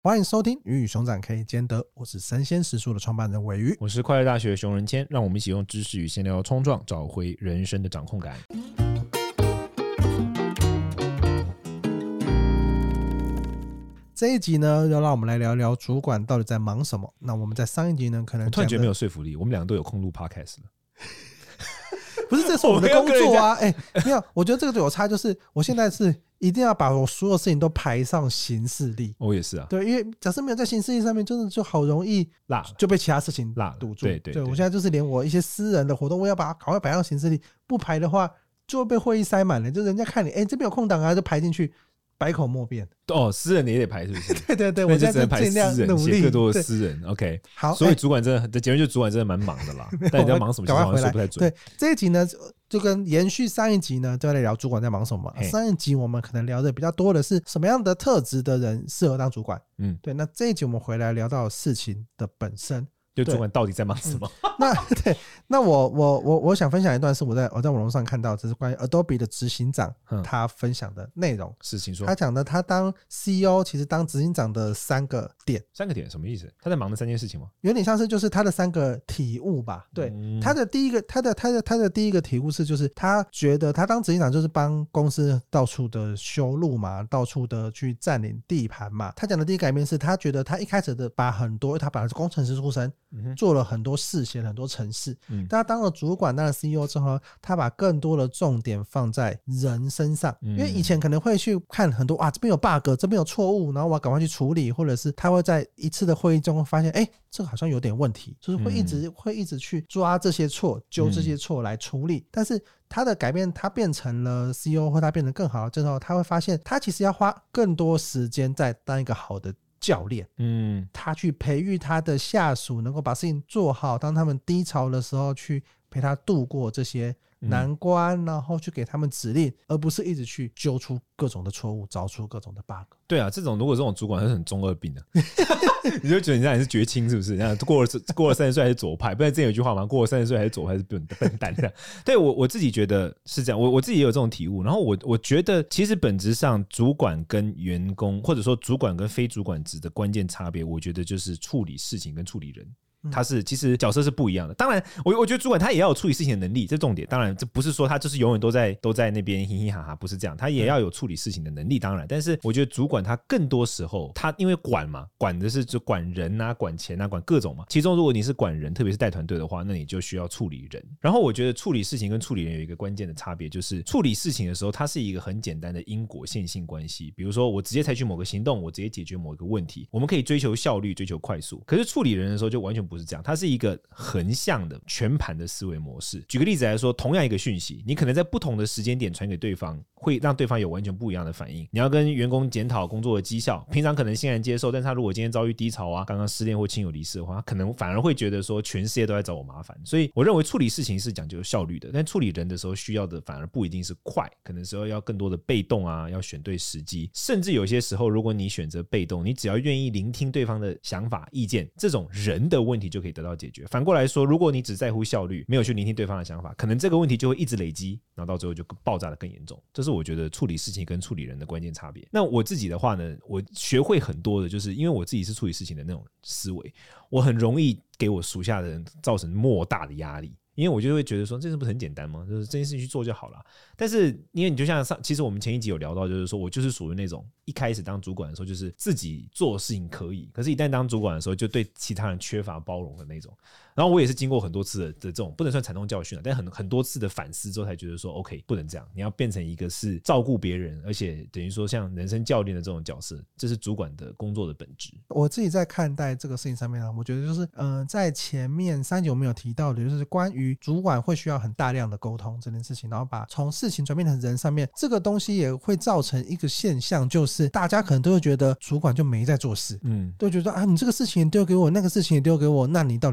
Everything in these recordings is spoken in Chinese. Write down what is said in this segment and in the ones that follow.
欢迎收听鱼与熊掌可以兼得，我是生鲜食宿的创办人尾鱼， 我是快乐大学熊仁谦，让我们一起用知识与闲聊冲撞，找回人生的掌控感。 这一集呢，要让我们来聊聊主管到底在忙什么。那我们在上一集呢，可能我突然觉得没有说服力，我们两个都有空录 podcast 了。 不是，这是我们的工作啊！没有，我觉得这个有差，就是我现在是一定要把我所有事情都排上行事历。 我也是啊， 对，因为假设没有在行事历上面，真的就好容易就被其他事情堵住。对，我现在就是连我一些私人的活动，我要把它赶快摆上行事历，不排的话就会被会议塞满了。就人家看你，这边有空档啊，就排进去。百口莫辩哦，私人的也得排是不是？ 对，我现在就尽量努力写更多的私人。OK， 好， 所以主管真的结论就是主管真的蛮忙的啦，但你在忙什么？ 赶快回来， 说不太准。 对，这一集呢，就跟延续上一集呢，就来聊主管在忙什么。上一集我们可能聊的比较多的是什么样的特质的人适合当主管。对，那这一集我们回来聊到事情的本身。 就主管到底在忙什么？ 那我想分享一段是我在网络上看到，这是关于 Adobe 的执行长他分享的内容。 事情说， 他讲的他当 CEO 其实当执行长的3个点。 3个点什么意思？他在忙的3件事情吗？ 有点像是就是他的3个体悟吧。对，他的第一个体悟是，就是他觉得他当执行长就是帮公司到处的修路嘛，到处的去占领地盘嘛。他讲的第一个改变是他觉得他一开始的他本来是工程师出身。做了很多事，写了很多程式，但他当了主管当了 CEO 之后，他把更多的重点放在人身上。因为以前可能会去看很多这边有 bug， 这边有错误，然后我要赶快去处理，或者是他会在一次的会议中发现这个好像有点问题，就是会一直去抓这些错，揪这些错来处理。但是他的改变，他变成了 CEO 或他变得更好之后，他会发现他其实要花更多时间在当一个好的教练。他去培育他的下属能够把事情做好，当他们低潮的时候去陪他度过这些难关，然后去给他们指令，而不是一直去揪出各种的错误，找出各种的 bug。 对啊，如果这种主管他是很中二病的你就觉得你这样是绝亲是不是？过了30岁还是左派？不然之前有句话嘛，过了30岁还是左派是笨蛋这样。对，我自己觉得是这样，我自己也有这种体悟。然后我觉得其实本质上主管跟员工，或者说主管跟非主管职的关键差别，我觉得就是处理事情跟处理人。其实角色是不一样的。当然我觉得主管他也要有处理事情的能力，这是重点。当然这不是说他就是永远都在那边嘻嘻哈哈，不是这样，他也要有处理事情的能力。当然，但是我觉得主管他更多时候他因为管嘛，管的是就管人啊，管钱啊，管各种嘛。其中如果你是管人，特别是带团队的话，那你就需要处理人。然后我觉得处理事情跟处理人有一个关键的差别，就是处理事情的时候它是一个很简单的因果线性关系。比如说我直接采取某个行动，我直接解决某一个问题，我们可以追求效率，追求快速。可是处理人的时候就完全不是这样，它是一个横向的全盘的思维模式。举个例子来说，同样一个讯息，你可能在不同的时间点传给对方，会让对方有完全不一样的反应。你要跟员工检讨工作的绩效，平常可能欣然接受，但是他如果今天遭遇低潮啊，刚刚失恋或亲友离世的话，他可能反而会觉得说全世界都在找我麻烦。所以我认为处理事情是讲究效率的，但处理人的时候需要的反而不一定是快，可能时候要更多的被动啊，要选对时机。甚至有些时候如果你选择被动，你只要愿意聆听对方的想法意见，这种人的问题就可以得到解决。反过来说，如果你只在乎效率，没有去聆听对方的想法，可能这个问题就会一直累积，然后到最后就爆炸的更严重。这是我觉得处理事情跟处理人的关键差别。那我自己的话呢，我学会很多的，就是因为我自己是处理事情的那种思维，我很容易给我属下的人造成莫大的压力。因为我就会觉得说，这是不是很简单吗？就是这件事情去做就好了。但是因为你就像其实我们前一集有聊到，就是说我就是属于那种一开始当主管的时候，就是自己做事情可以，可是一旦当主管的时候，就对其他人缺乏包容的那种。然后我也是经过很多次的这种不能算惨痛教训，但很多次的反思之后才觉得说 OK 不能这样，你要变成一个是照顾别人，而且等于说像人生教练的这种角色，这是主管的工作的本质。 我自己在看待这个事情上面，我觉得就是在前面3集我们有提到的，就是关于主管会需要很大量的沟通这件事情，然后把从事情转变成人上面，这个东西也会造成一个现象，就是大家可能都会觉得主管就没在做事，都觉得啊你这个事情也丢给我，那个事情也丢给我，那你到底在干嘛？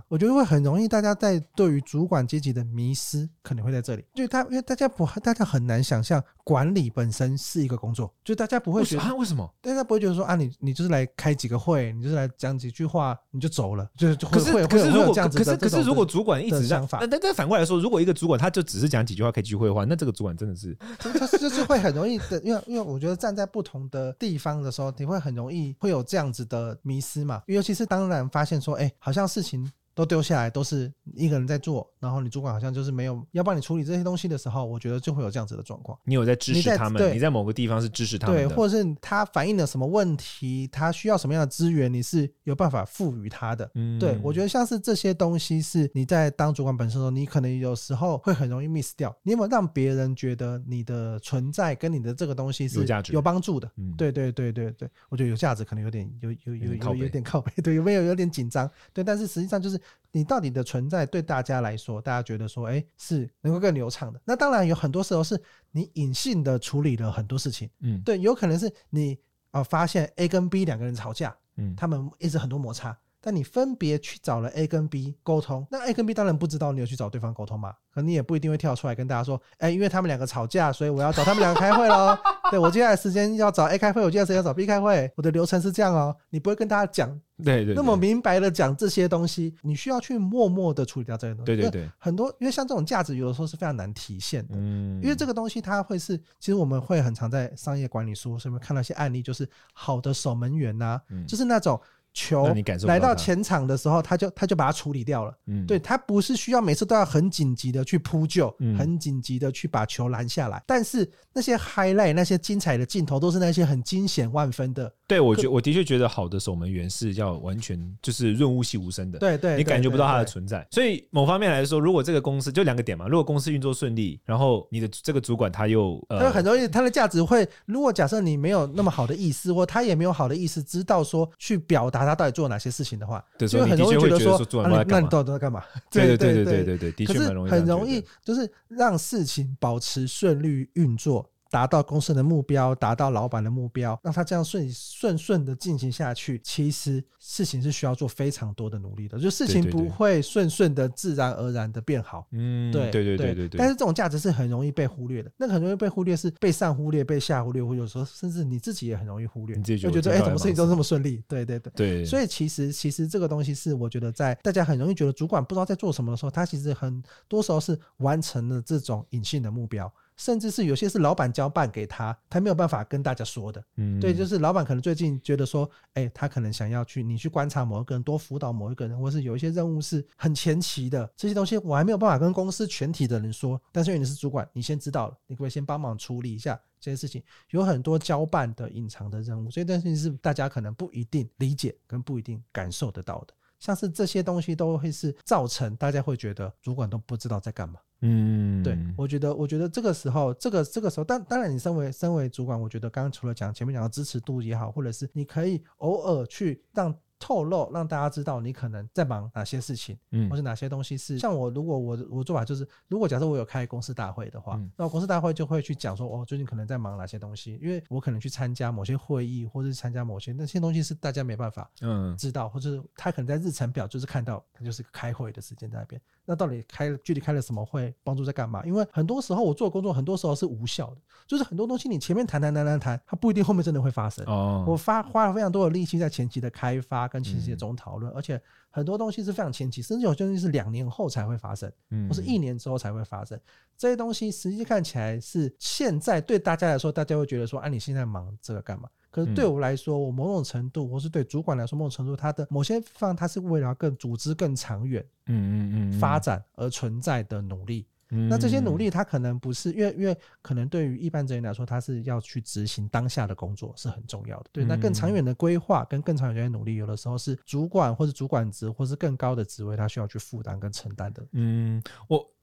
我觉得会很容易大家在对于主管阶级的迷思可能会在这里，就因为大家很难想象管理本身是一个工作，就大家不会觉得为什么？ 大家不会觉得说啊，你就是来开几个会，你就是来讲几句话你就走了，就是可是如果主管一直这样，但反过来说，如果一个主管他就只是讲几句话开几句会的话，那这个主管真的是他就是会很容易的，因为我觉得站在不同的地方的时候，你会很容易会有这样子的迷思嘛，尤其是当然发现说，好像事情都丢下来都是一个人在做，然后你主管好像就是没有要帮你处理这些东西的时候，我觉得就会有这样子的状况。 你有在支持他们，你在某个地方是支持他们的， 对，或者是他反映了什么问题，他需要什么样的资源，你是有办法赋予他的。对，我觉得像是这些东西是你在当主管本身的时候，你可能有时候会很容易 miss 掉。你有没有让别人觉得你的存在跟你的这个东西是有帮助的？对，我觉得有价值可能有点靠背，对，有点紧张，对，但是实际上就是你到底的存在对大家来说，大家觉得说是能够更流畅的。那当然有很多时候是你隐性的处理了很多事情，对，有可能是你发现 A 跟 B 两个人吵架，他们一直很多摩擦，但你分别去找了 A 跟 B 沟通，那 A 跟 B 当然不知道你有去找对方沟通嘛，可能你也不一定会跳出来跟大家说因为他们两个吵架，所以我要找他们两个开会咯对，我接下来时间要找 A 开会，我接下来时间要找 B 开会，我的流程是这样哦，你不会跟大家讲对那么明白的讲这些东西，你需要去默默的处理掉这些东西。 对， 很多因为像这种价值有的时候是非常难体现的，因为这个东西它会是，其实我们会很常在商业管理书上面看到一些案例，就是好的守门员啊，就是那种球来到前场的时候，他就把它处理掉了。对，他不是需要每次都要很紧急的去扑救，很紧急的去把球拦下来，但是那些 highlight 那些精彩的镜头都是那些很惊险万分的。 对，我的确觉得好的守门员是要完全就是润物细无声的， 对， 你感觉不到他的存在。所以某方面来说，如果这个公司就两个点嘛，如果公司运作顺利，然后你的这个主管他又他很容易他的价值会，如果假设你没有那么好的意思，或他也没有好的意思知道说去表达他到底做哪些事情的话，就很容易觉得说那你到底在干嘛？ 对，的确蛮容易， 可是很容易就是让事情保持顺利运作，达到公司的目标，达到老板的目标，让他这样顺的进行下去，其实事情是需要做非常多的努力的，就事情不会顺的自然而然的变好。对，但是这种价值是很容易被忽略的，那个很容易被忽略是被上忽略被下忽略，或者有时候甚至你自己也很容易忽略， 你自己就觉得怎么事情都这么顺利。 对， 所以其实这个东西是我觉得在大家很容易觉得主管不知道在做什么的时候，他其实很多时候是完成了这种隐性的目标，甚至是有些是老板交办给他没有办法跟大家说的。对，就是老板可能最近觉得说他可能想要你去观察某一个人，多辅导某一个人，或是有一些任务是很前期的，这些东西我还没有办法跟公司全体的人说，但是因为你是主管，你先知道了，你可不可以先帮忙处理一下这些事情？有很多交办的隐藏的任务，所以这件事情是大家可能不一定理解跟不一定感受得到的，像是这些东西都会是造成大家会觉得主管都不知道在干嘛。对，我觉得这个时候当然你身为主管，我觉得刚刚除了前面讲的支持度也好，或者是你可以偶尔去透露让大家知道你可能在忙哪些事情，或是哪些东西是像如果我做法就是，如果假设我有开公司大会的话，那公司大会就会去讲说最近可能在忙哪些东西，因为我可能去参加某些会议，或是参加某些那些东西是大家没办法知道，或者他可能在日程表就是看到他就是开会的时间在那边，那到底具体开了什么会，帮助在干嘛？因为很多时候我做工作很多时候是无效的，就是很多东西你前面谈它不一定后面真的会发生。我花了非常多的力气在前期的开发跟前期的总讨论，而且很多东西是非常前期，甚至有些东西是2年后才会发生，或是1年之后才会发生。这些东西实际看起来是现在对大家来说，大家会觉得说你现在忙这个干嘛？可是对我来说，我某种程度，或是对主管来说，某种程度，他的某些地方，他是为了更组织更长远发展而存在的努力。那这些努力，他可能不是因为可能对于一般人来说，他是要去执行当下的工作是很重要的。对，那更长远的规划跟更长远的努力，有的时候是主管或是主管职或是更高的职位，他需要去负担跟承担的。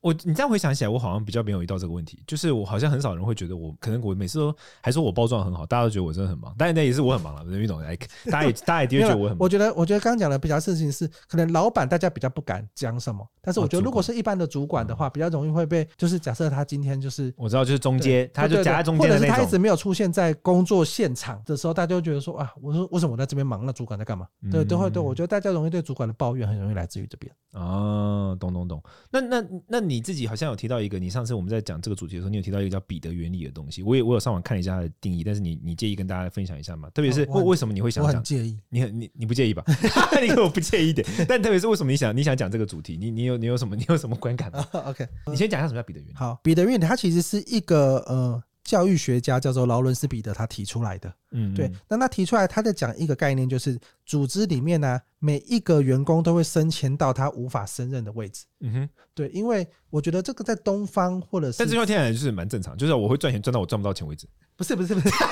你这样回想起来，我好像比较没有遇到这个问题，就是我好像很少人会觉得可能我每次都还说我包装很好，大家都觉得我真的很忙，当然那也是我很忙了，你懂？大家也的确觉得我很忙。 我觉得刚刚讲的比较事情是，可能老板大家比较不敢讲什么，但是我觉得如果是一般的主管的话，比较容易会被，就是假设他今天就是我知道就是中间，他就夹在中间的那种， 或者是他一直没有出现在工作现场的时候，大家就觉得说啊，我说为什么我在这边忙，那主管在干嘛？对，都会对，我觉得大家容易对主管的抱怨很容易来自于这边。 哦，懂。那你自己好像有提到一个，你上次我们在讲这个主题的时候，你有提到一个叫彼得原理的东西，我有上网看了一下它的定义，但是你介意跟大家分享一下吗？特别是为什么你会想讲？ 我很介意。 你不介意吧？你跟我不介意一点，但特别是为什么你想讲这个主题？你有什么观感吗 ？OK， 你先讲一下什么叫彼得原理。 好，彼得原理它其实是一个教育学家叫做劳伦斯彼得他提出来的。对，那他提出来，他在讲一个概念，就是组织里面呢，每一个员工都会升迁到他无法胜任的位置。对，因为我觉得这个在东方或者是， 但这句话听起来就是蛮正常，就是我会赚钱赚到我赚不到钱为止。 不是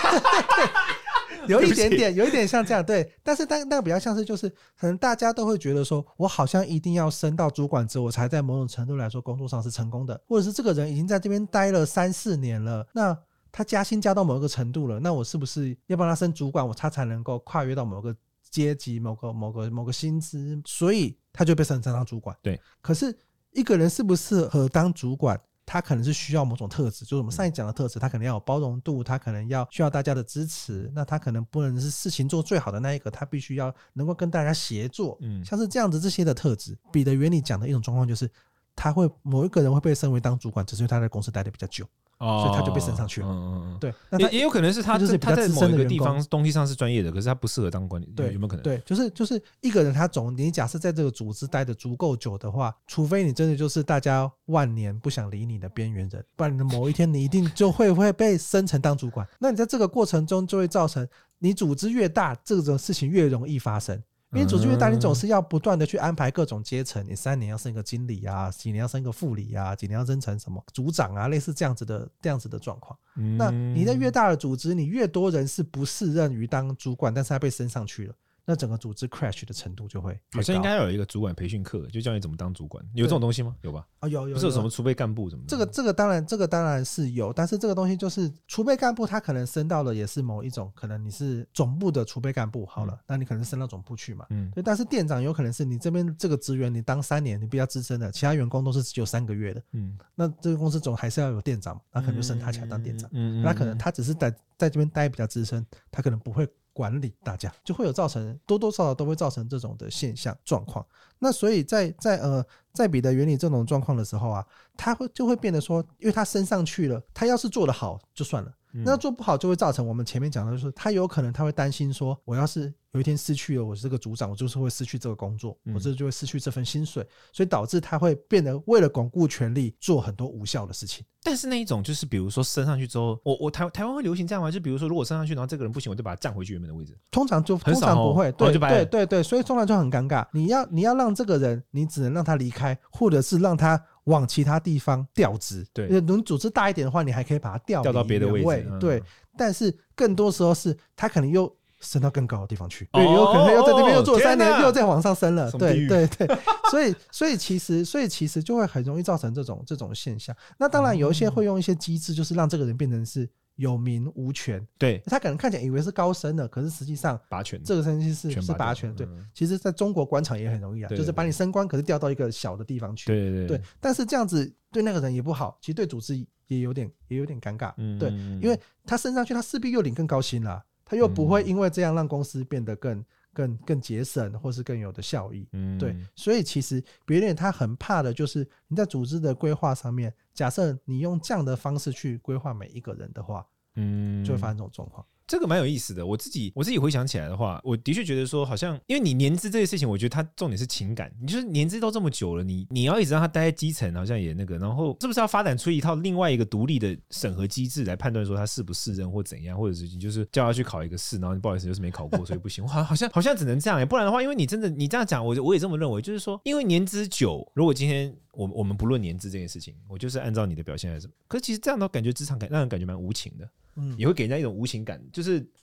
有一点像这样，对，但是那个比较像是就是可能大家都会觉得说，我好像一定要升到主管职，我才在某种程度来说工作上是成功的，或者是这个人已经在这边待了3-4年了，那他加薪加到某一个程度了，那我是不是要帮他升主管，他才能够跨越到某个阶级、某个薪资，所以他就被升当主管。 对， 可是一个人适不适合当主管，他可能是需要某种特质，就是我们上一讲的特质，他可能要有包容度，他可能需要大家的支持，那他可能不能是事情做最好的那一个，他必须要能够跟大家协作，像是这样子这些的特质。彼得原理讲的一种状况就是，某一个人会被升为当主管，只是因为他在公司待得比较久。所以他就被升上去了。对，那也有可能是他在某一个地方东西上是专业的，可是他不适合当管理，有没有可能？ 对，就是一个人你假设在这个组织待的足够久的话，除非你真的就是大家万年不想理你的边缘人，不然你的某一天你一定就会被升成当主管。那你在这个过程中就会造成你组织越大，这种事情越容易发生。因为组织越大，你总是要不断的去安排各种阶层，你3年要升一个经理啊，几年要升一个副理啊，几年要升成什么组长啊，类似这样子的状况。那你在越大的组织，你越多人是不适任于当主管，但是他被升上去了，那整个组织 crash 的程度就会越高。 好像应该有一个主管培训课，就教你怎么当主管，有这种东西吗？有吧？ 有， 不是有什么储备干部什么的？ 这个当然是有，但是这个东西就是储备干部，他可能升到了也是某一种，可能你是总部的储备干部好了，那你可能升到总部去嘛。对，但是店长有可能是你这边这个职员你当3年，你比较资深的，其他员工都是只有3个月的。那这个公司总还是要有店长嘛，那可能就升他起来当店长。那可能他只是在这边待比较资深，他可能不会管理大家，就会有造成多多少少都会造成这种的现象状况。那所以在彼得原理这种状况的时候啊，他就会变得说，因为他升上去了，他要是做得好就算了，那做不好就会造成我们前面讲的，就是他有可能他会担心说，我要是有一天失去了我这个组长，我就是会失去这个工作，我就会失去这份薪水，所以导致他会变得为了巩固权力做很多无效的事情。 但是那一种就是比如说升上去之后，台湾会流行这样吗？就比如说如果升上去然后这个人不行，我就把他降回去原本的位置。 通常不会，对，所以通常就很尴尬。你要让这个人，你只能让他离开，或者是让他往其他地方调职。 对， 你组织大一点的话，你还可以把他调到别的位置。 对，但是更多时候是他可能又升到更高的地方去，对，有可能又在这边又做3年，又再往上升了。对，所以其实就会很容易造成这种现象。那当然有一些会用一些机制，就是让这个人变成是有名无权。 对， 他可能看起来以为是高升的，可是实际上拔权， 这个升息是拔权。对，其实在中国官场也很容易啊，就是把你升官，可是调到一个小的地方去。对，但是这样子对那个人也不好，其实对组织也有点尴尬。对，因为他升上去，他势必又领更高薪啦，他又不会因为这样让公司变得更节省，或是更有的效益。对，所以其实别人他很怕的就是你在组织的规划上面，假设你用这样的方式去规划每一个人的话，就会发生这种状况。 这个蛮有意思的。我自己回想起来的话，我的确觉得说，好像因为你年资这些事情，我觉得它重点是情感。你就是年资都这么久了，你要一直让他待在基层，好像也那个，然后是不是要发展出一套另外一个独立的审核机制来判断说他是不是任或怎样，或者是你就是叫他去考一个试，然后不好意思就是没考过，所以不行。好像只能这样不然的话，因为你这样讲，我也这么认为，就是说，因为年资久，如果今天我们不论年资这件事情，我就是按照你的表现来什么，可是其实这样的感觉职场让人感觉蛮无情的。也会给人家一种无情感，就是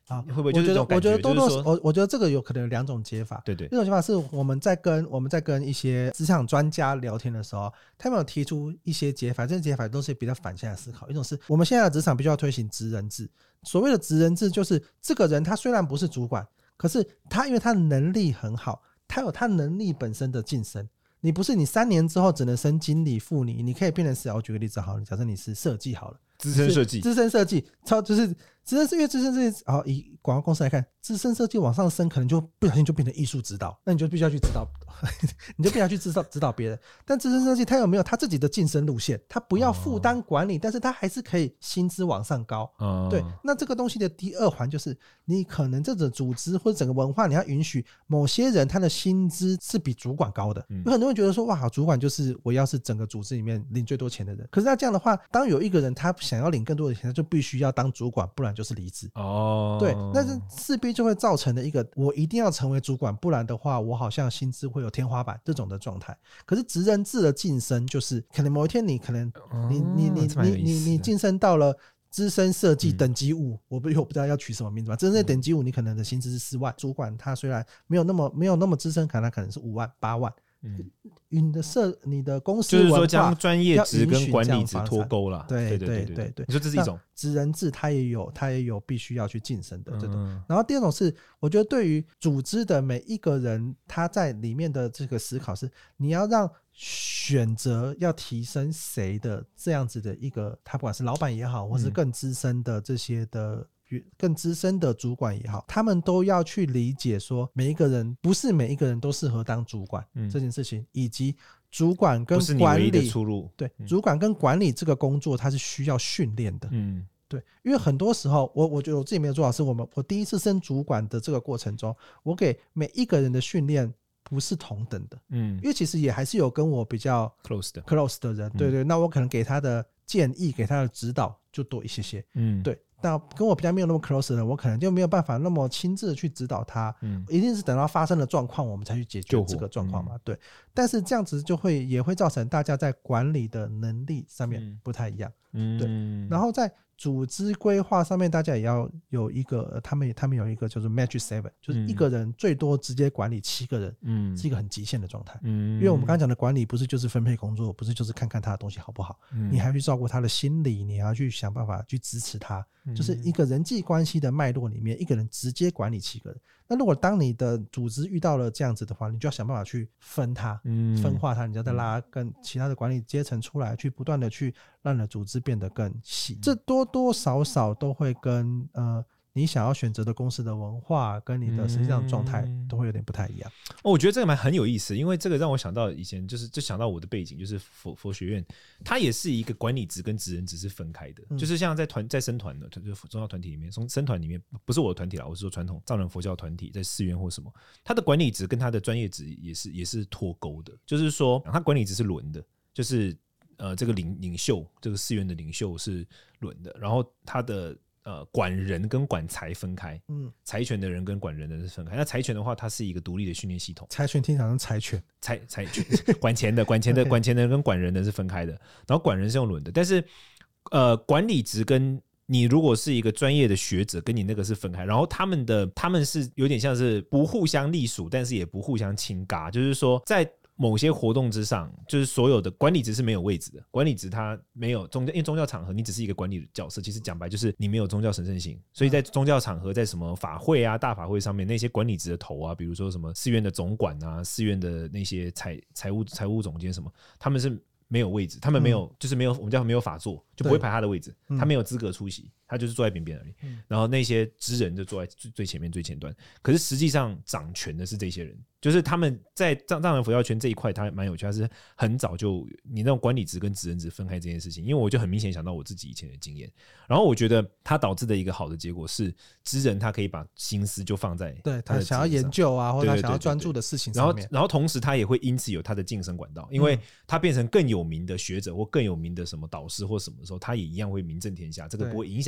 啊， 会不会就是这种感觉？ 我觉得多多就是说我觉得这个有可能有2种解法。 对对一种解法是我们在跟一些职场专家聊天的时候，他们有提出一些解法，这些解法都是比较反向的思考。一种是我们现在的职场必须要推行职人制，所谓的职人制就是这个人他虽然不是主管，可是他因为他的能力很好，他有他能力本身的晋升。你不是你3年之后只能升经理副理，你可以变成是，我举个例子好了，假设你是设计好了， 资深设计， 就是因为资深设计，以广告公司来看，资深设计往上升，可能就不小心就变成艺术指导，那你就必须要去指导，你就必须要去指导别人。但资深设计他有没有他自己的晋升路线？他不要负担管理，但是他还是可以薪资往上高。对，那这个东西的第2环就是，你可能这种组织或者整个文化，你要允许某些人他的薪资是比主管高的。有很多人觉得说，哇，主管就是我要是整个组织里面领最多钱的人。可是那这样的话，当有一个人他想要领更多的钱，他就必须要当主管，不然就是离职。对，但是势必就会造成的一个，我一定要成为主管，不然的话，我好像薪资会有天花板这种的状态。可是职人制的晋升，就是可能某一天你可能你晋升到了资深设计等级5，我不知道要取什么名字吧。资深等级5，你可能的薪资是4万，主管他虽然没有那么资深，可能是5万8万。你的公司就是说将专业职跟管理职脱钩了。 对， 你说这是一种职人制，它也有必须要去晋升的这种。然后第2种是，我觉得对于组织的每一个人，他在里面的这个思考是，你要让选择要提升谁的这样子的一个，他不管是老板也好，或是更资深的这些的。更资深的主管也好，他们都要去理解说，不是每一个人都适合当主管这件事情，以及主管跟管理不是你唯一的出路。 对，主管跟管理这个工作，它是需要训练的。对，因为很多时候，我觉得我自己没有做好，是我第一次升主管的这个过程中，我给每一个人的训练不是同等的。因为其实也还是有跟我比较 close 的人，对，那我可能给他的建议，给他的指导就多一些些。对。那跟我比较没有那么 close 的人，我可能就没有办法那么亲自的去指导他。一定是等到发生了状况，我们才去解决这个状况嘛。对，但是这样子也会造成大家在管理的能力上面不太一样。对，然后在组织规划上面，大家也要有一个，他们有一个就是 Magic 7，就是一个人最多直接管理7个人，是一个很极限的状态。因为我们刚才讲的管理不是就是分配工作，不是就是看看他的东西好不好，你还要去照顾他的心理，你还要去想办法去支持他，就是一个人际关系的脉络里面，一个人直接管理7个人。那如果当你的组织遇到了这样子的话，你就要想办法去分化它，你要再拉跟其他的管理阶层出来，去不断的去让你的组织变得更细。这多多少少都会跟你想要选择的公司的文化跟你的实际上的状态都会有点不太一样。 我觉得这个很有意思，因为这个让我想到以前就想到我的背景，就是佛学院，它也是一个管理职跟职人职是分开的。就是像在僧团的，就是宗教团体里面，僧团里面不是我的团体啦，我是说传统藏人佛教团体在寺院或什么，它的管理职跟它的专业职也是脱钩的。就是说，它管理职是轮的，就是这个领袖，这个寺院的领袖是轮的，然后他的管人跟管财分开，财权的人跟管人的人是分开。那财权的话，它是一个独立的训练系统。 财权听起来像财权， 财权管钱的人跟管人的是分开的，然后管人是用轮的。但是管理职跟你如果是一个专业的学者，跟你那个是分开，然后他们是有点像是不互相隶属，但是也不互相亲嘎，就是说在某些活动之上，就是所有的管理职是没有位置的。管理职它没有因为宗教场合你只是一个管理角色，其实讲白就是你没有宗教神圣性，所以在宗教场合，在什么法会啊大法会上面，那些管理职的头啊，比如说什么寺院的总管啊，寺院的那些财务总监什么，他们是没有位置，他们没有就是没有我们叫没有法座，就不会排他的位置，他没有资格出席，他就是坐在边边而已。然后那些职人就坐在最前面最前端，可是实际上掌权的是这些人，就是他们在藏人佛教圈这一块，他蛮有趣，他是很早就你那种管理职跟职人职分开这件事情，因为我就很明显想到我自己以前的经验，然后我觉得它导致的一个好的结果是，职人他可以把心思就放在对他想要研究啊，或者他想要专注的事情上面， 然后同时他也会因此有他的晋升管道，因为他变成更有名的学者或更有名的什么导师或什么的时候，他也一样会名震天下，这个不会影响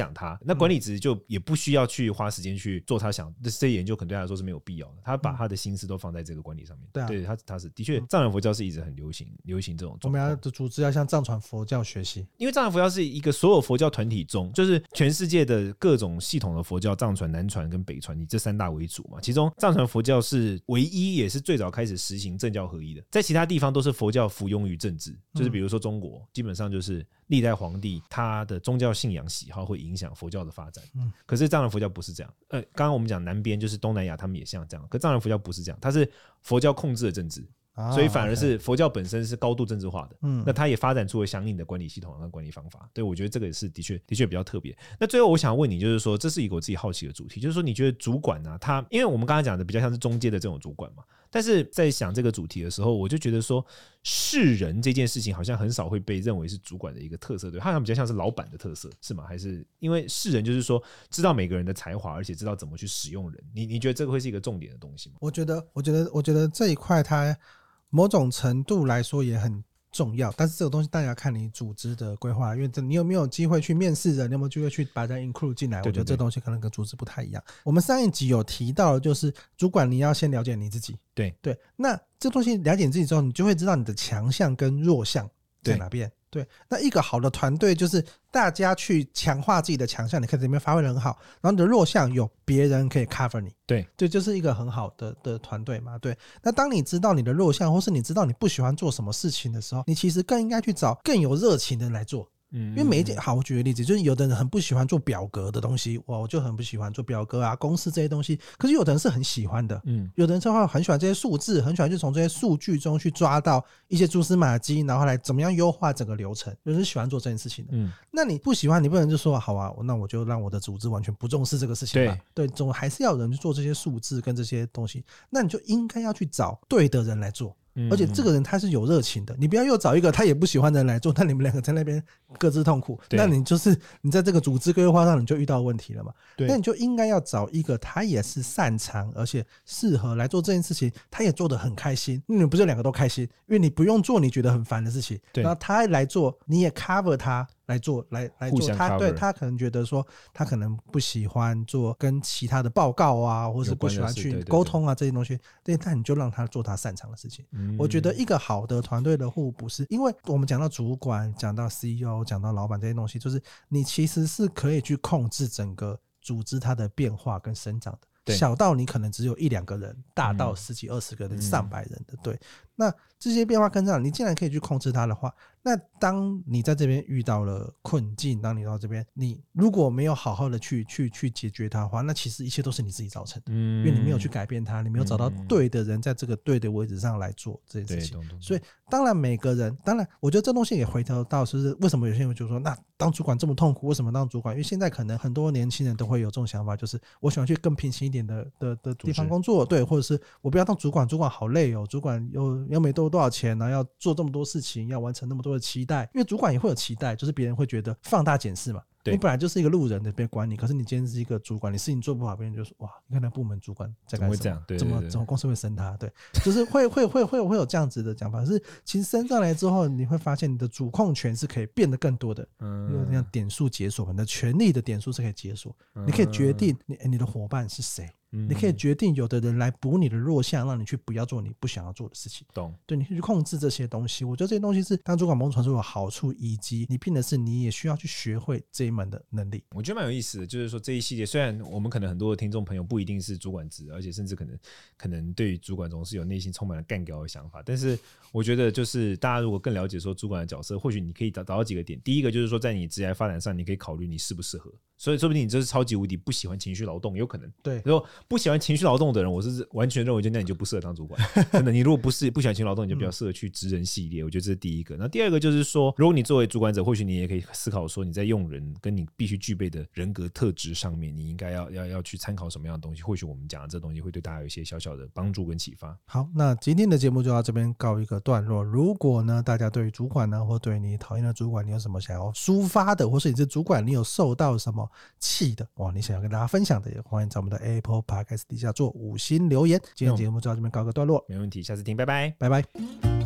想他，那管理职就也不需要去花时间去做他想这些研究，可能对他来说是没有必要的，他把他的心思都放在这个管理上面。对，他是的确藏传佛教是一直很流行这种状况。 我们要的组织要向藏传佛教学习， 因为藏传佛教是一个所有佛教团体中，就是全世界的各种系统的佛教，藏传、南传跟北传以这3大为主嘛。其中藏传佛教是唯一也是最早开始实行政教合一的，在其他地方都是佛教服庸于政治，就是比如说中国基本上就是历代皇帝他的宗教信仰喜好会影响佛教的发展，可是藏传佛教不是这样。刚刚我们讲南边就是东南亚，他们也像这样，可藏传佛教不是这样，它是佛教控制的政治。所以反而是佛教本身是高度政治化的，那它也发展出了相应的管理系统和管理方法。对，我觉得这个也是的确比较特别。那最后我想问你，就是说这是一个我自己好奇的主题，就是说你觉得主管啊，他因为我们刚才讲的比较像是中阶的这种主管嘛，但是在想这个主题的时候，我就觉得说识人这件事情好像很少会被认为是主管的一个特色，对，它好像比较像是老板的特色，是吗？还是因为识人就是说知道每个人的才华，而且知道怎么去使用人？你觉得这个会是一个重点的东西吗？ 我觉得这一块它某种程度来说也很重要，但是这个东西当然要看你组织的规划，因为你有没有机会去面试人，你有没有机会去把人 include 进来，我觉得这东西可能跟组织不太一样。我们上一集有提到的就是主管你要先了解你自己，对，那这东西了解你自己之后，你就会知道你的强项跟弱项在哪边。对，那一个好的团队就是大家去强化自己的强项，你可以在这边发挥得很好，然后你的弱项有别人可以 cover 你。对，就是一个很好的团队嘛。对，那当你知道你的弱项，或是你知道你不喜欢做什么事情的时候，你其实更应该去找更有热情的人来做。因为每一件好，我举个例子，就是有的人很不喜欢做表格的东西，我就很不喜欢做表格啊、公式这些东西。可是有的人是很喜欢的，有的人的话很喜欢这些数字，很喜欢就从这些数据中去抓到一些蛛丝马迹，然后来怎么样优化整个流程。有人是喜欢做这件事情的，那你不喜欢，你不能就说好啊，那我就让我的组织完全不重视这个事情吧。对，总还是要有人去做这些数字跟这些东西，那你就应该要去找对的人来做。而且这个人他是有热情的，你不要又找一个他也不喜欢的人来做，那你们两个在那边各自痛苦，那你就是你在这个组织规划上你就遇到问题了嘛。那你就应该要找一个他也是擅长而且适合来做这件事情，他也做得很开心，你不是两个都开心，因为你不用做你觉得很烦的事情，然后他来做你也 cover 他来做他，对，他可能觉得说他可能不喜欢做跟其他的报告啊，或是不喜欢去沟通啊这些东西，但你就让他做他擅长的事情。我觉得一个好的团队的互补是，因为我们讲到主管、讲到 CEO、讲到老板这些东西，就是你其实是可以去控制整个组织它的变化跟生长的。小到你可能只有1-2个人，大到10几20个人、上百人的。对，那这些变化跟上，你既然可以去控制它的话，那当你在这边遇到了困境，当你到这边，你如果没有好好的去解决它的话，那其实一切都是你自己造成的，因为你没有去改变它，你没有找到对的人在这个对的位置上来做这件事情。所以当然每个人，当然我觉得这东西也回头到是为什么有些人就说那当主管这么痛苦，为什么当主管？因为现在可能很多年轻人都会有这种想法，就是我喜欢去更平行一点的地方工作，对，或者是我不要当主管，主管好累哦，主管又没多少钱，然后要做这么多事情，要完成那么多的期待，因为主管也会有期待，就是别人会觉得放大检视嘛。你本来就是一个路人的，别管你，可是你今天是一个主管，你事情做不好，别人就说哇，你看那部门主管在干什么？怎么公司会升他？对，就是会有这样子的讲法。可是其实升上来之后，你会发现你的主控权是可以变得更多的，因为像点数解锁，你的权力的点数是可以解锁，你可以决定你的伙伴是谁。你可以决定有的人来补你的弱项，让你去不要做你不想要做的事情。懂？对，你可以去控制这些东西。我觉得这些东西是当主管某种程度有好处，以及你拼的是你也需要去学会这一门的能力。 我觉得蛮有意思的，就是说这一系列虽然我们可能很多的听众朋友不一定是主管职，而且甚至可能对于主管总是有内心充满了干掉的想法，但是我觉得就是大家如果更了解说主管的角色，或许你可以找到几个点。第一个就是说在你职业发展上，你可以考虑你适不适合。所以说不定你就是超级无敌不喜欢情绪劳动，有可能。对，如果不喜欢情绪劳动的人，我是完全认为那你就不适合当主管。真的，你如果不喜欢情绪劳动，你就比较适合去职人系列。我觉得这是第一个。那第二个就是说，如果你作为主管者，或许你也可以思考说，你在用人跟你必须具备的人格特质上面，你应该要去参考什么样的东西。或许我们讲的这东西会对大家有一些小小的帮助跟启发。 好，那今天的节目就到这边告一个段落。如果呢，大家对于主管呢，或对你讨厌的主管，你有什么想要抒发的，或是你是主管，你有受到什么气的？哇，你想要跟大家分享的，也欢迎在我们的 Apple Podcast 底下做5星留言。今天节目就到这边告个段落， 没问题，下次听，拜拜， 拜拜。